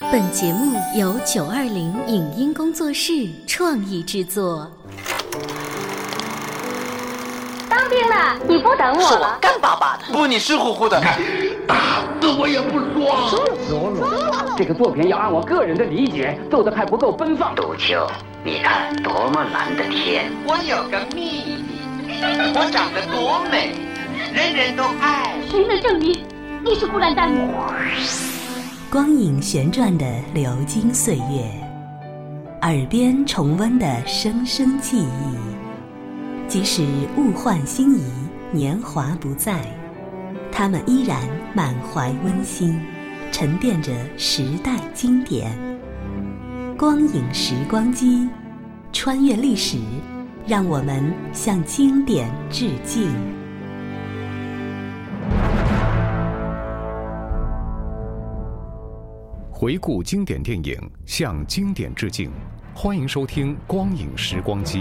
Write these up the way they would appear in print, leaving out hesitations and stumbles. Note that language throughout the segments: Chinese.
本节目由920影音工作室创意制作。 当兵了，你不等我了？ 是我干巴巴的， 不，你湿乎乎的。 打死我也不说。 这个作品要按我个人的理解做的还不够奔放。 杜秋，你看多么蓝的天！ 我有个秘密，我长得多美，人人都爱。 谁能证明你是孤兰丹？ 光影旋转的流金岁月，耳边重温的声声记忆。即使物换星移，年华不在，他们依然满怀温馨，沉淀着时代经典。光影时光机，穿越历史，让我们向经典致敬。 回顾经典电影，向经典致敬。欢迎收听《光影时光机》。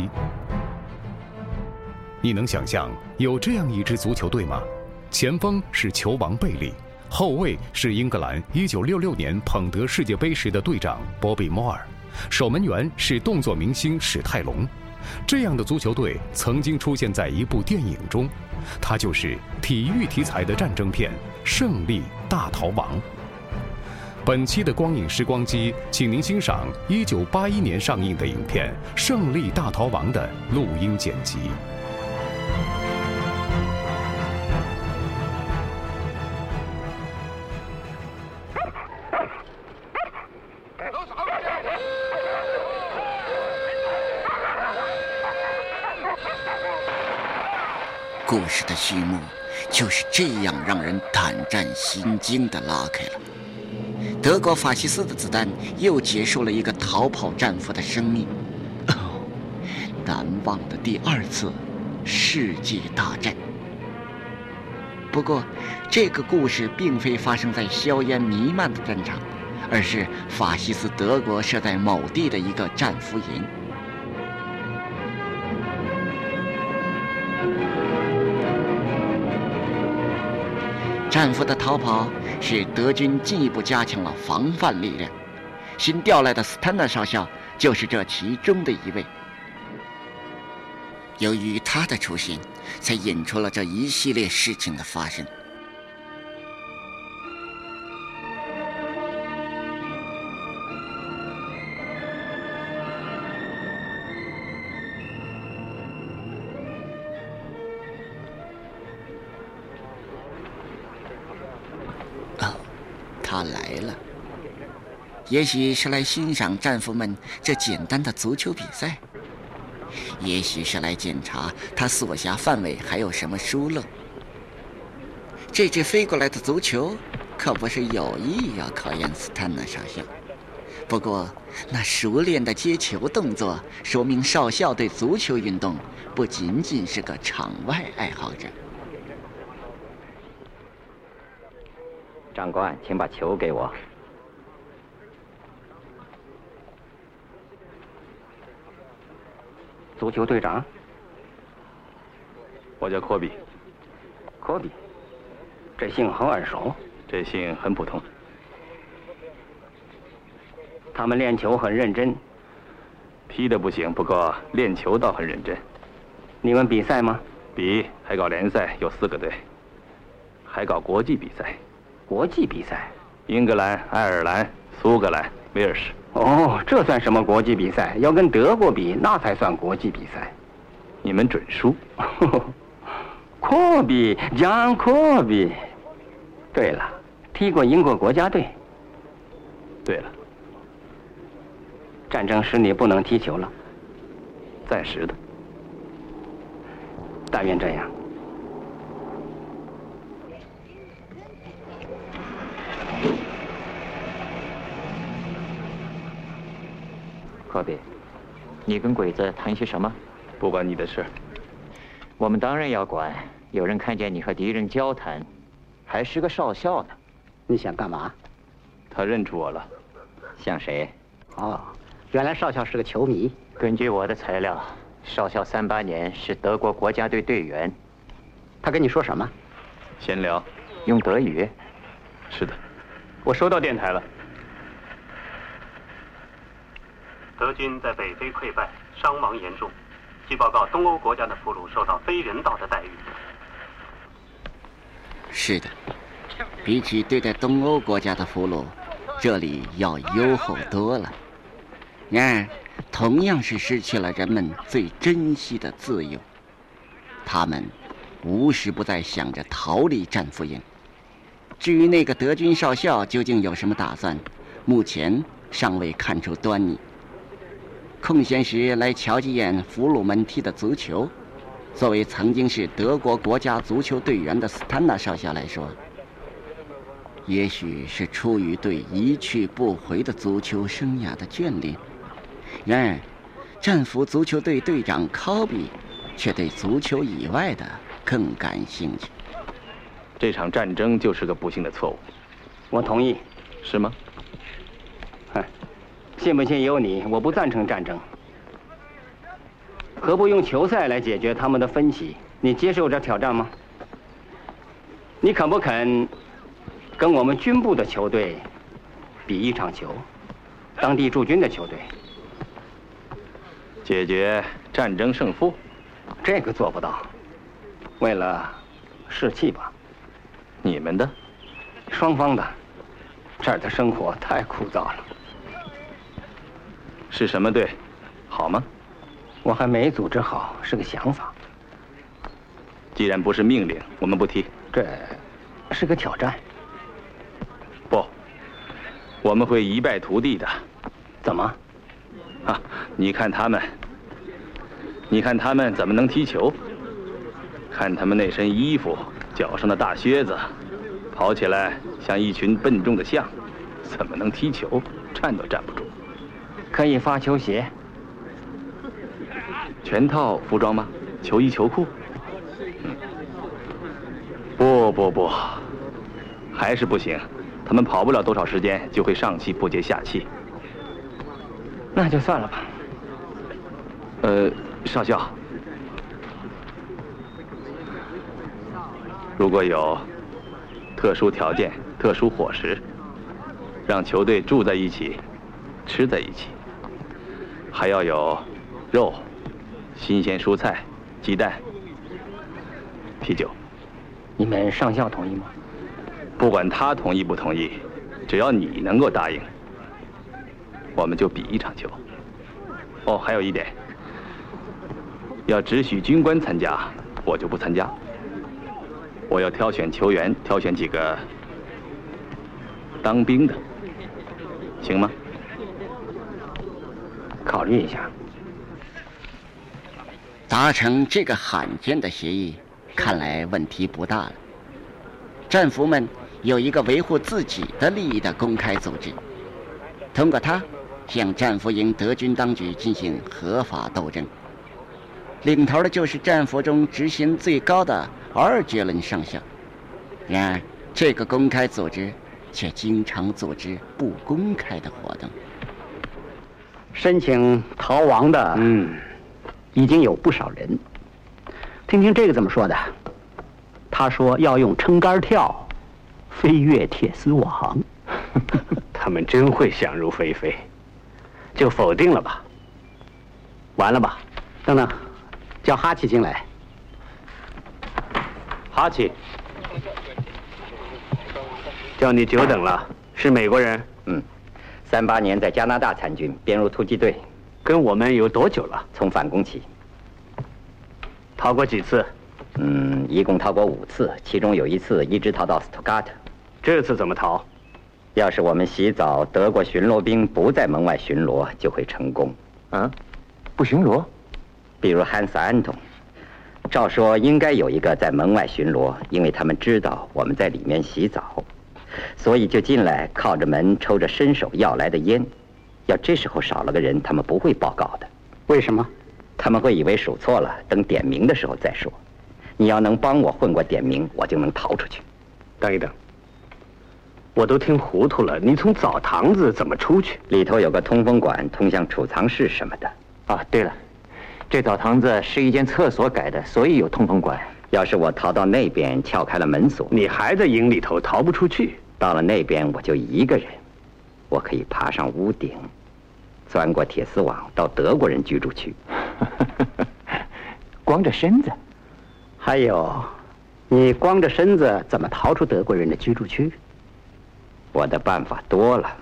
你能想象有这样一支足球队吗？前锋是球王贝利，后卫是英格兰1966年捧得世界杯时的队长波比·摩尔，守门员是动作明星史泰龙。这样的足球队曾经出现在一部电影中，它就是体育题材的战争片《胜利大逃亡》。本期的光影时光机，请您欣赏1981年上映的影片《胜利大逃亡》的录音剪辑。 故事的序幕就是这样让人胆战心惊地拉开了。德国法西斯的子弹又结束了一个逃跑战俘的生命。难忘的第二次世界大战。不过，这个故事并非发生在硝烟弥漫的战场，而是法西斯德国设在某地的一个战俘营。战俘的逃跑使德军进一步加强了防范力量，新调来的斯坦纳少校就是这其中的一位。由于他的出现，才引出了这一系列事情的发生。他来了，也许是来欣赏战俘们这简单的足球比赛，也许是来检查他所辖范围还有什么疏漏。这支飞过来的足球可不是有意要考验斯坦纳少校，不过那熟练的接球动作说明少校对足球运动不仅仅是个场外爱好者。 长官，请把球给我。足球队长， 我叫科比。 科比，这姓很耳熟。 这姓很普通。 他们练球很认真。 踢得不行，不过练球倒很认真。 你们比赛吗？ 比，还搞联赛，有4个队，还搞国际比赛。 国际比赛， 英格兰、爱尔兰、苏格兰、威尔士。 哦，这算什么国际比赛？要跟德国比，那才算国际比赛。 你们准输。 科比，江科比。对了，踢过英国国家队。 对了， 战争使你不能踢球了。 暂时的。 但愿这样。 科比，你跟鬼子谈些什么？ 不关你的事。 我们当然要管。有人看见你和敌人交谈，还是个少校呢。 你想干嘛？ 他认出我了。 像谁？ 哦，原来少校是个球迷。 根据我的材料，少校38年是德国国家队队员。 他跟你说什么？ 闲聊。 用德语？ 是的。我收到电台了。 德军在北非溃败，伤亡严重。据报告，东欧国家的俘虏受到非人道的待遇。 是的，比起对待东欧国家的俘虏，这里要优厚多了。然而，同样是失去了人们最珍惜的自由，他们无时不在想着逃离战俘营。至于那个德军少校究竟有什么打算，目前尚未看出端倪。空闲时来瞧几眼俘虏们踢的足球，作为曾经是德国国家足球队员的斯坦纳少校来说，也许是出于对一去不回的足球生涯的眷恋。然而，战俘足球队队长考比却对足球以外的更感兴趣。 这场战争就是个不幸的错误。 我同意。 是吗？ 信不信由你，我不赞成战争。何不用球赛来解决他们的分歧？你接受这挑战吗？你肯不肯跟我们军部的球队比一场球？当地驻军的球队解决战争胜负？ 这个做不到。为了士气吧。 你们的？ 双方的。这儿的生活太枯燥了。 是什么队？好吗？ 我还没组织好，是个想法。 既然不是命令，我们不提。 这是个挑战。 不，我们会一败涂地的。 怎么？ 你看他们怎么能踢球？看他们那身衣服，脚上的大靴子，跑起来像一群笨重的象，怎么能踢球？站都站不住。 可以发球鞋。 全套服装吗？球衣球裤？不，还是不行。他们跑不了多少时间，就会上气不接下气。 那就算了吧。 少校，如果有特殊条件、特殊伙食，让球队住在一起，吃在一起，还要有肉、新鲜蔬菜、鸡蛋、啤酒。 你们上校同意吗？ 不管他同意不同意，只要你能够答应，我们就比一场球。哦，还有一点，要只许军官参加，我就不参加。我要挑选球员，挑选几个当兵的，行吗？ 考虑一下。 达成这个罕见的协议，看来问题不大了。战俘们有一个维护自己的利益的公开组织，通过它向战俘营德军当局进行合法斗争。领头的就是战俘中职衔最高的阿尔杰伦上校。然而，这个公开组织却经常组织不公开的活动。 申请逃亡的，已经有不少人。听听这个怎么说的？他说要用撑杆跳飞越铁丝网。 他们真会想入非非，就否定了吧？完了吧？ 等等，叫哈奇进来。 哈奇，叫你久等了，是美国人 ？38年在加拿大参军，编入突击队。 跟我们有多久了？ 从反攻起。 逃过几次？ 一共逃过5次，其中有1次一直逃到斯图加特。 这次怎么逃？ 要是我们洗澡，德国巡逻兵不在门外巡逻，就会成功。 不巡逻？ 比如汉斯·安东，照说应该有一个在门外巡逻，因为他们知道我们在里面洗澡，所以就进来靠着门抽着伸手要来的烟。要这时候少了个人，他们不会报告的。 为什么？ 他们会以为数错了，等点名的时候再说。你要能帮我混过点名，我就能逃出去。 等一等，我都听糊涂了，你从澡堂子怎么出去？ 里头有个通风管，通向储藏室什么的。 对了，这澡堂子是一间厕所改的，所以有通风管。 要是我逃到那边撬开了门锁， 你还在营里头逃不出去。 到了那边我就一个人，我可以爬上屋顶， 钻过铁丝网到德国人居住区。 光着身子？ 还有，你光着身子怎么逃出德国人的居住区？ 我的办法多了，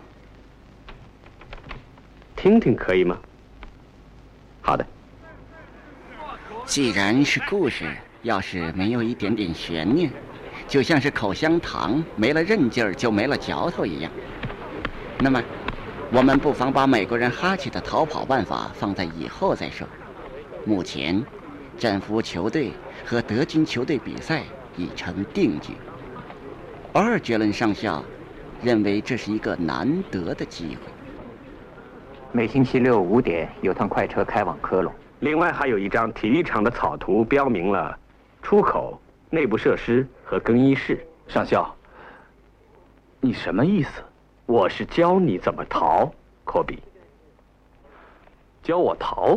听听可以吗？ 好的。 既然是故事，要是没有一点点悬念，就像是口香糖没了韧劲儿就没了嚼头一样。那么，我们不妨把美国人哈奇的逃跑办法放在以后再说。目前，战俘球队和德军球队比赛已成定局。奥尔杰伦上校认为这是一个难得的机会。 每星期六5点有趟快车开往科隆。 另外还有一张体育场的草图，标明了出口、内部设施和更衣室。 上校，你什么意思？ 我是教你怎么逃，科比。 教我逃？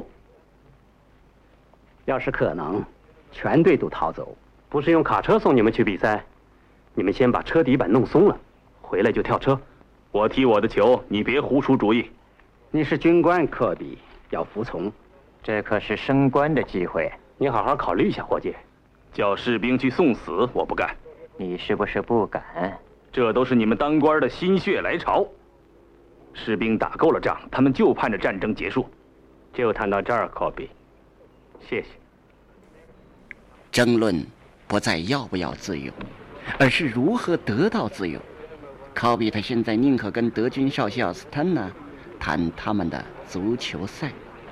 要是可能，全队都逃走。 不是用卡车送你们去比赛？你们先把车底板弄松了，回来就跳车。 我踢我的球，你别胡出主意。 你是军官，科比，要服从。 这可是升官的机会， 你好好考虑一下，伙计。 叫士兵去送死，我不干。 你是不是不敢？ 这都是你们当官的心血来潮。士兵打够了仗，他们就盼着战争结束。 就谈到这儿，科比，谢谢。 争论不再要不要自由，而是如何得到自由。科比他现在宁可跟德军少校斯坦纳谈他们的足球赛。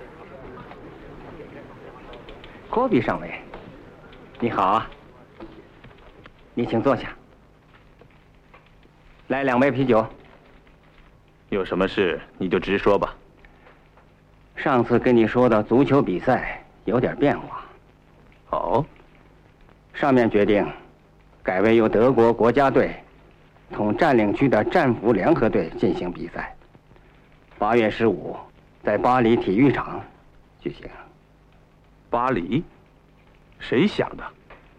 科比上尉，你好啊，你请坐下。来2杯啤酒。 有什么事你就直说吧。 上次跟你说的足球比赛有点变化。 哦。 上面决定，改为由德国国家队同占领区的战俘联合队进行比赛。8月15在巴黎体育场举行。 巴黎？谁想的？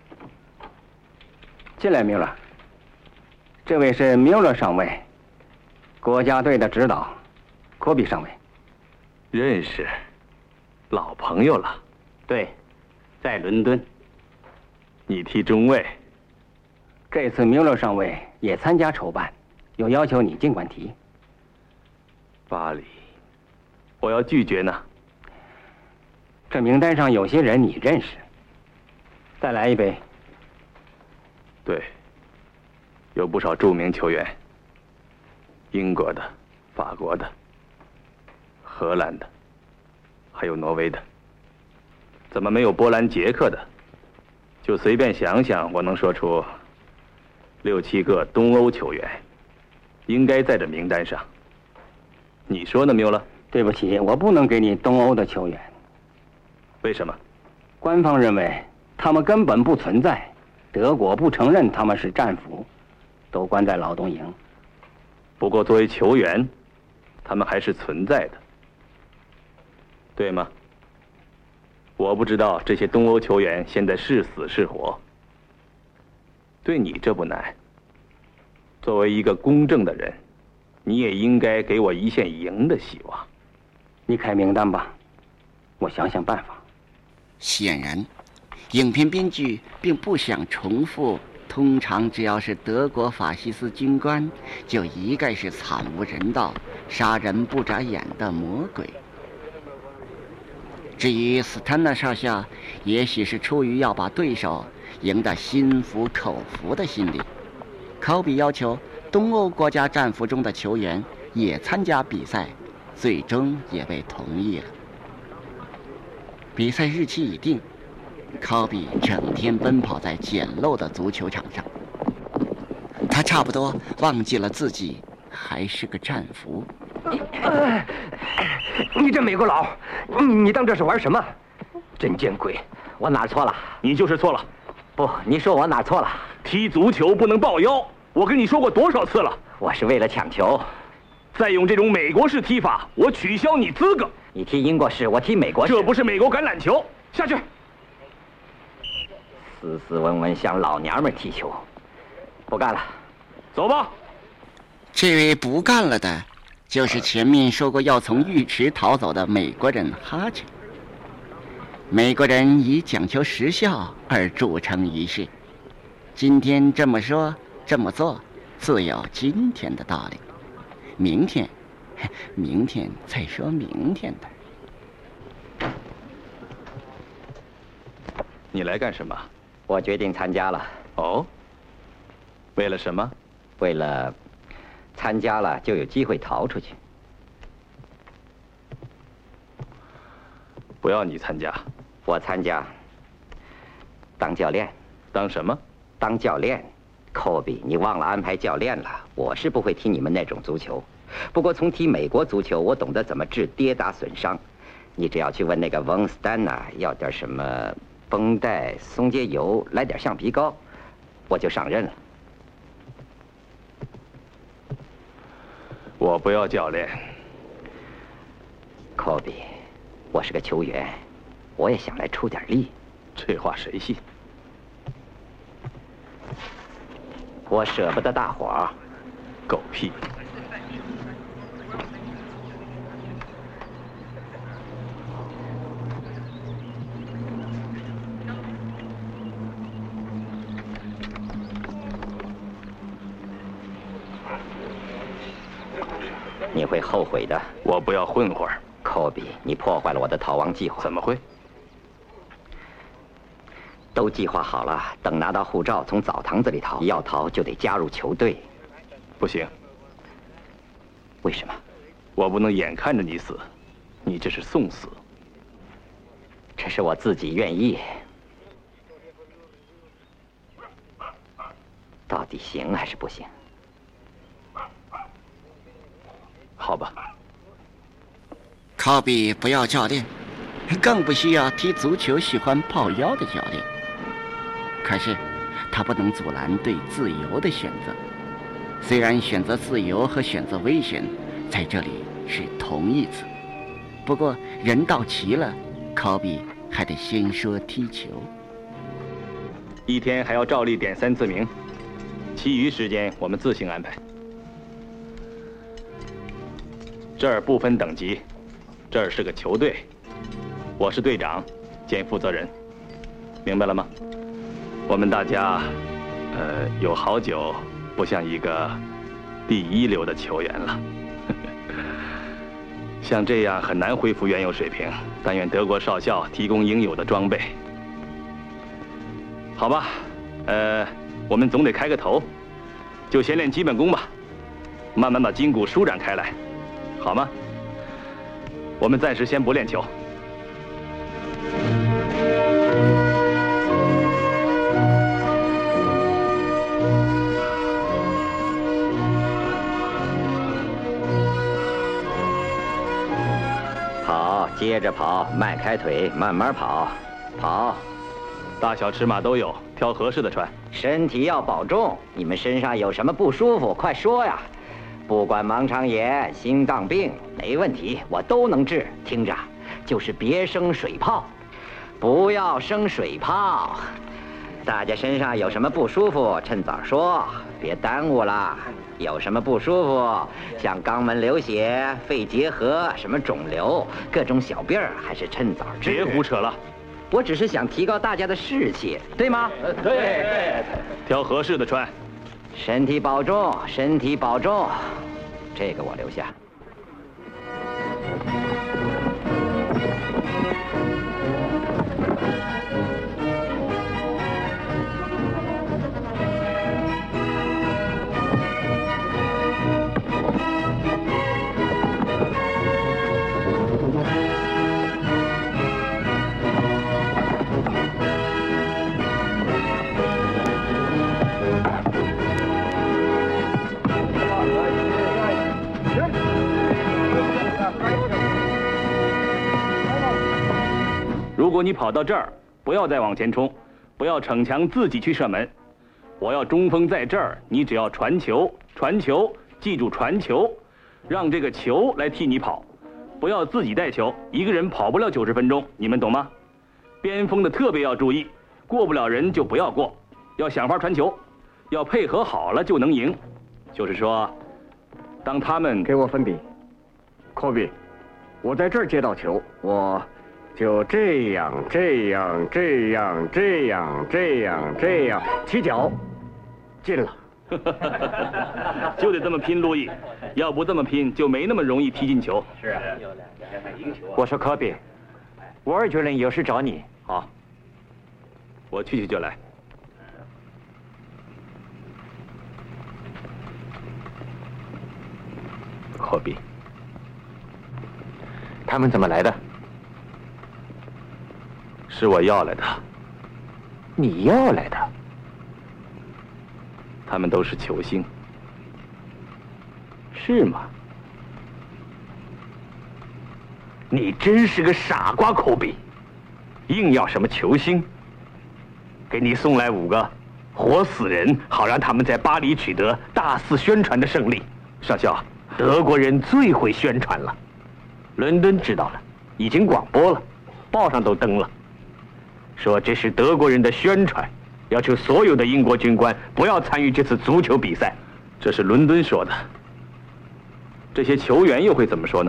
进来，米勒。这位是米勒上尉，国家队的指导，科比上尉。 认识，老朋友了。 对，在伦敦。 你踢中卫。 这次米勒上尉也参加筹办，有要求你尽管提。 巴黎，我要拒绝呢。 这名单上有些人你认识。再来1杯。 对，有不少著名球员，英国的、法国的、荷兰的，还有挪威的。怎么没有波兰、捷克的？就随便想想，我能说出6、7个东欧球员，应该在这名单上。你说呢，缪勒？ 对不起，我不能给你东欧的球员。 为什么？ 官方认为他们根本不存在，德国不承认他们是战俘，都关在劳动营。 不过作为球员，他们还是存在的，对吗？我不知道这些东欧球员现在是死是活。对你这不难。作为一个公正的人，你也应该给我一线赢的希望。 你开名单吧，我想想办法。 显然，影片编剧并不想重复通常只要是德国法西斯军官，就一概是惨无人道、杀人不眨眼的魔鬼。至于斯坦纳少校，也许是出于要把对手赢得心服口服的心理，科比要求东欧国家战俘中的球员也参加比赛，最终也被同意了。比赛日期已定，科比整天奔跑在简陋的足球场上，他差不多忘记了自己还是个战俘。 你这美国佬，你当这是玩什么？真见鬼！我哪儿错了？ 你就是错了。 不，你说我哪儿错了？ 踢足球不能抱腰，我跟你说过多少次了？ 我是为了抢球。 再用这种美国式踢法，我取消你资格。 你踢英国式，我踢美国式。 这不是美国橄榄球。下去。 斯斯文文像老娘们踢球，不干了。 走吧。 这位不干了的， 就是前面说过要从浴池逃走的美国人哈切。美国人以讲求时效而著称于世，今天这么说这么做，自有今天的道理。明天再说明天的。 你来干什么？ 我决定参加了。 哦，为了什么？ 为了参加了就有机会逃出去。 不要你参加。 我参加。当教练。 当什么？ 当教练。科比，你忘了安排教练了。我是不会踢你们那种足球，不过从踢美国足球，我懂得怎么治跌打损伤。你只要去问那个翁斯丹呐，要点什么绷带、松节油，来点橡皮膏，我就上任了。 我不要教练。 科比，我是个球员，我也想来出点力。 这话谁信？ 我舍不得大伙儿。 狗屁！ 你会后悔的。 我不要混混。 科比，你破坏了我的逃亡计划。 怎么会？ 都计划好了，等拿到护照，从澡堂子里逃。要逃就得加入球队。 不行。 为什么？ 我不能眼看着你死，你这是送死。 这是我自己愿意。到底行还是不行？ 好吧。 科比不要教练，更不需要踢足球喜欢抱腰的教练。可是，他不能阻拦对自由的选择。虽然选择自由和选择危险在这里是同义词，不过人到齐了，科比还得先说踢球。 一天还要照例点3次名，其余时间我们自行安排。这儿不分等级，这儿是个球队，我是队长兼负责人，明白了吗？我们大家，有好久不像一个第1流的球员了。像这样很难恢复原有水平，但愿德国少校提供应有的装备。好吧，我们总得开个头，就先练基本功吧，慢慢把筋骨舒展开来，好吗？我们暂时先不练球。 跑，接着跑，迈开腿，慢慢跑，跑。 大小尺码都有，挑合适的穿。 身体要保重。你们身上有什么不舒服，快说呀！不管盲肠炎、心脏病，没问题，我都能治。听着，就是别生水泡，不要生水泡。大家身上有什么不舒服，趁早说，别耽误了。有什么不舒服，像肛门流血、肺结核、什么肿瘤、各种小病儿，还是趁早治。 别胡扯了。 我只是想提高大家的士气，对吗？ 对。挑合适的穿。 身体保重，身体保重。这个我留下。 如果你跑到这儿，不要再往前冲，不要逞强自己去射门。我要中锋在这儿，你只要传球，传球，记住传球，让这个球来替你跑，不要自己带球，一个人跑不了90分钟，你们懂吗？边锋的特别要注意，过不了人就不要过，要想法传球，要配合好了就能赢。就是说，当他们给我粉笔， 科比，我在这儿接到球，我就这样起脚，进了。 就得这么拼，路易，要不这么拼就没那么容易踢进球。 是啊，我说科比，我尔觉得有事找你。 好，我去就来。 科比，他们怎么来的？ 是我要来的。 你要来的？ 他们都是球星。 是吗？你真是个傻瓜，科比，硬要什么球星？给你送来5个活死人，好让他们在巴黎取得大肆宣传的胜利。上校，德国人最会宣传了。伦敦知道了，已经广播了，报上都登了，说这是德国人的宣传，要求所有的英国军官不要参与这次足球比赛。 这是伦敦说的。这些球员又会怎么说呢？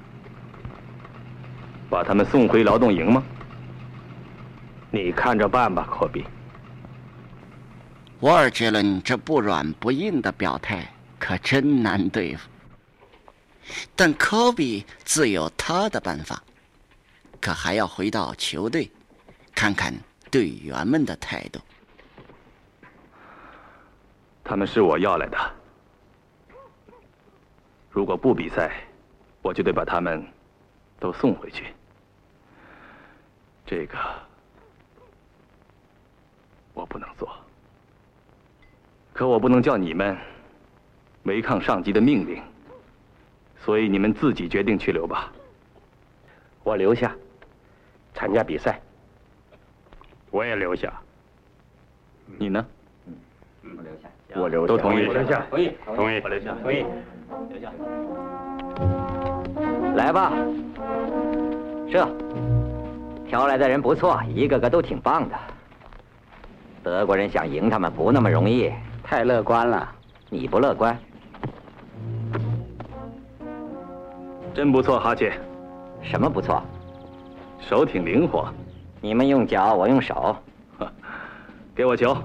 把他们送回劳动营吗？ 你看着办吧，科比。 沃尔杰伦这不软不硬的表态可真难对付，但科比自有他的办法。可还要回到球队，看看队员们的态度。 他们是我要来的。如果不比赛，我就得把他们都送回去。这个我不能做，可我不能叫你们违抗上级的命令，所以你们自己决定去留吧。 我留下，参加比赛。我也留下。 你呢？ 我留下。 我留下。 都同意。 留下。同意。 同意。 我留下。同意。留下。来吧，这挑来的人不错，一个个都挺棒的。德国人想赢他们不那么容易。 太乐观了。 你不乐观？ 真不错，哈切。 什么不错？ 手挺灵活。 你们用脚，我用手。 给我球。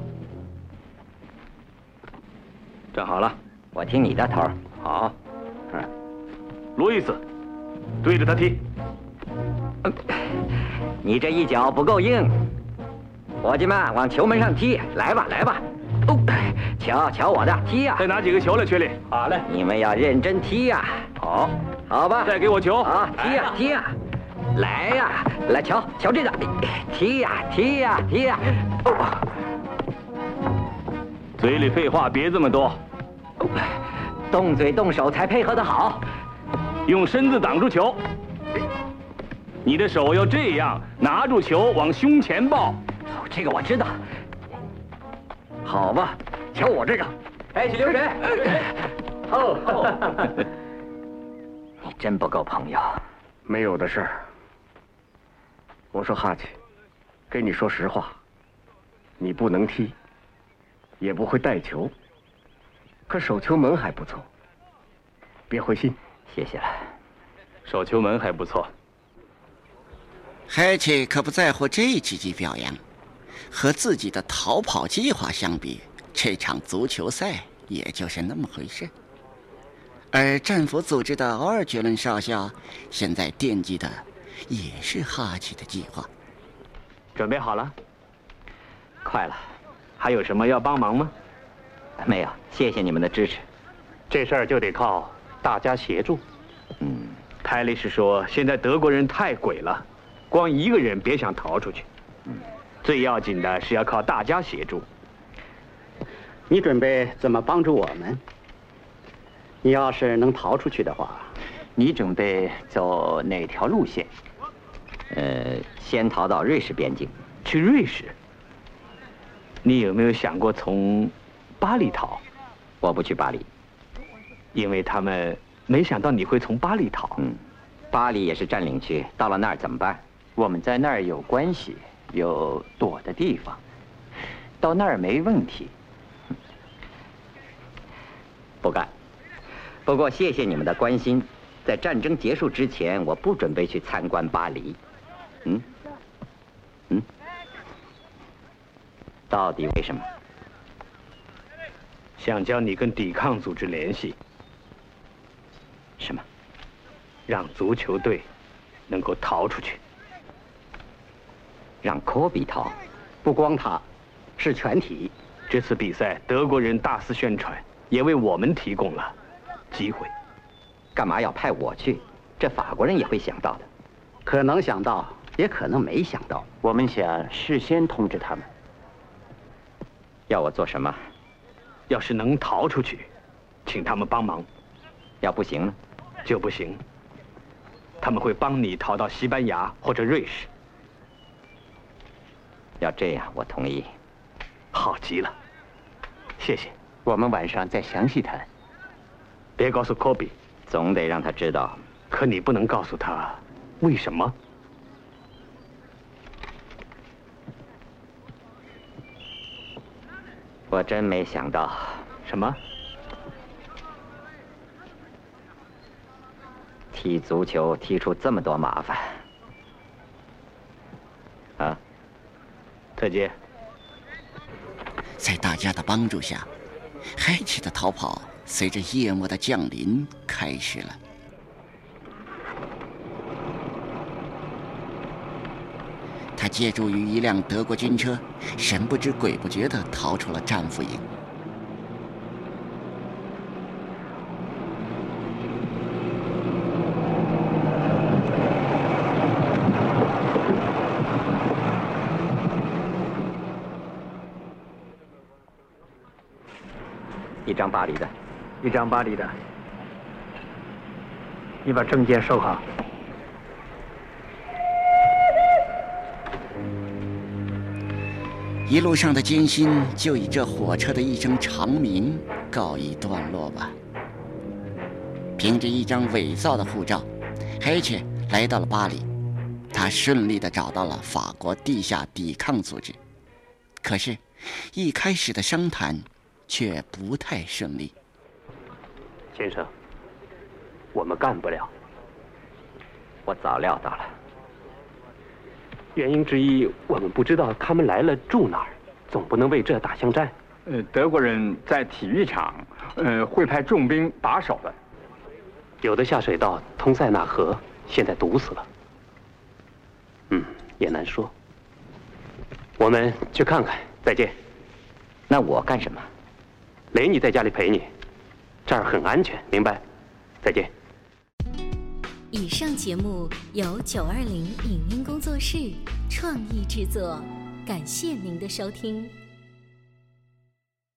站好了。 我听你的头。 好。路易斯，对着他踢。 你这一脚不够硬，伙计们往球门上踢，来吧，来吧。哦，瞧瞧我的，踢呀！ 再拿几个球来，缺里。 好嘞，你们要认真踢呀。 好， 好吧。 再给我球。 啊，踢呀，踢呀，来呀，来瞧瞧这个，踢呀，踢呀，踢呀。 嘴里废话别这么多， 动嘴动手才配合得好。 用身子挡住球，你的手要这样拿住球往胸前抱。 这个我知道。好吧，瞧我这个，开始流水。你真不够朋友。 没有的事儿。我说哈奇，跟你说实话，你不能踢，也不会带球，可守球门还不错。别灰心。 谢谢了。 守球门还不错。 海切可不在乎这几记表扬，和自己的逃跑计划相比，这场足球赛也就是那么回事。而战俘组织的奥尔觉伦少校现在惦记的也是哈奇的计划。 准备好了？快了。还有什么要帮忙吗？没有，谢谢你们的支持。 这事儿就得靠大家协助。泰利是说，现在德国人太鬼了，光一个人别想逃出去。最要紧的是要靠大家协助。 你准备怎么帮助我们？你要是能逃出去的话， 你准备走哪条路线？先逃到瑞士边境。 去瑞士？你有没有想过从巴黎逃？ 我不去巴黎， 因为他们没想到你会从巴黎逃。 巴黎也是占领区，到了那儿怎么办？我们在那儿有关系，有躲的地方，到那儿没问题。不干。不过谢谢你们的关心， 在战争结束之前，我不准备去参观巴黎。到底为什么？ 想叫你跟抵抗组织联系。 什么？ 让足球队能够逃出去。 让科比逃？ 不光他，是全体。 这次比赛，德国人大肆宣传，也为我们提供了机会。 干嘛要派我去？这法国人也会想到的。 可能想到，也可能没想到。 我们想事先通知他们。 要我做什么？ 要是能逃出去，请他们帮忙； 要不行呢？ 就不行。他们会帮你逃到西班牙或者瑞士。 要这样，我同意。 好极了，谢谢。 我们晚上再详细谈。 别告诉科比， 总得让他知道。 可你不能告诉他为什么。 我真没想到。 什么？ 踢足球踢出这么多麻烦。啊， 再见。 在大家的帮助下，海奇的逃跑随着夜幕的降临开始了。他借助于一辆德国军车，神不知鬼不觉地逃出了战俘营。 一张巴黎的， 一张巴黎的。你把证件收好。 一路上的艰辛就以这火车的一声长鸣告一段落吧。凭着一张伪造的护照，海切来到了巴黎。他顺利地找到了法国地下抵抗组织。可是，一开始的商谈却不太顺利。 先生，我们干不了。 我早料到了。 原因之一，我们不知道他们来了住哪儿，总不能为这打巷战。 德国人在体育场，会派重兵把守的。 有的下水道通塞纳河，现在堵死了。也难说。我们去看看。再见。 那我干什么？ 雷尼在家里陪你，这儿很安全，明白？再见。 以上节目由920影音工作室创意制作，感谢您的收听。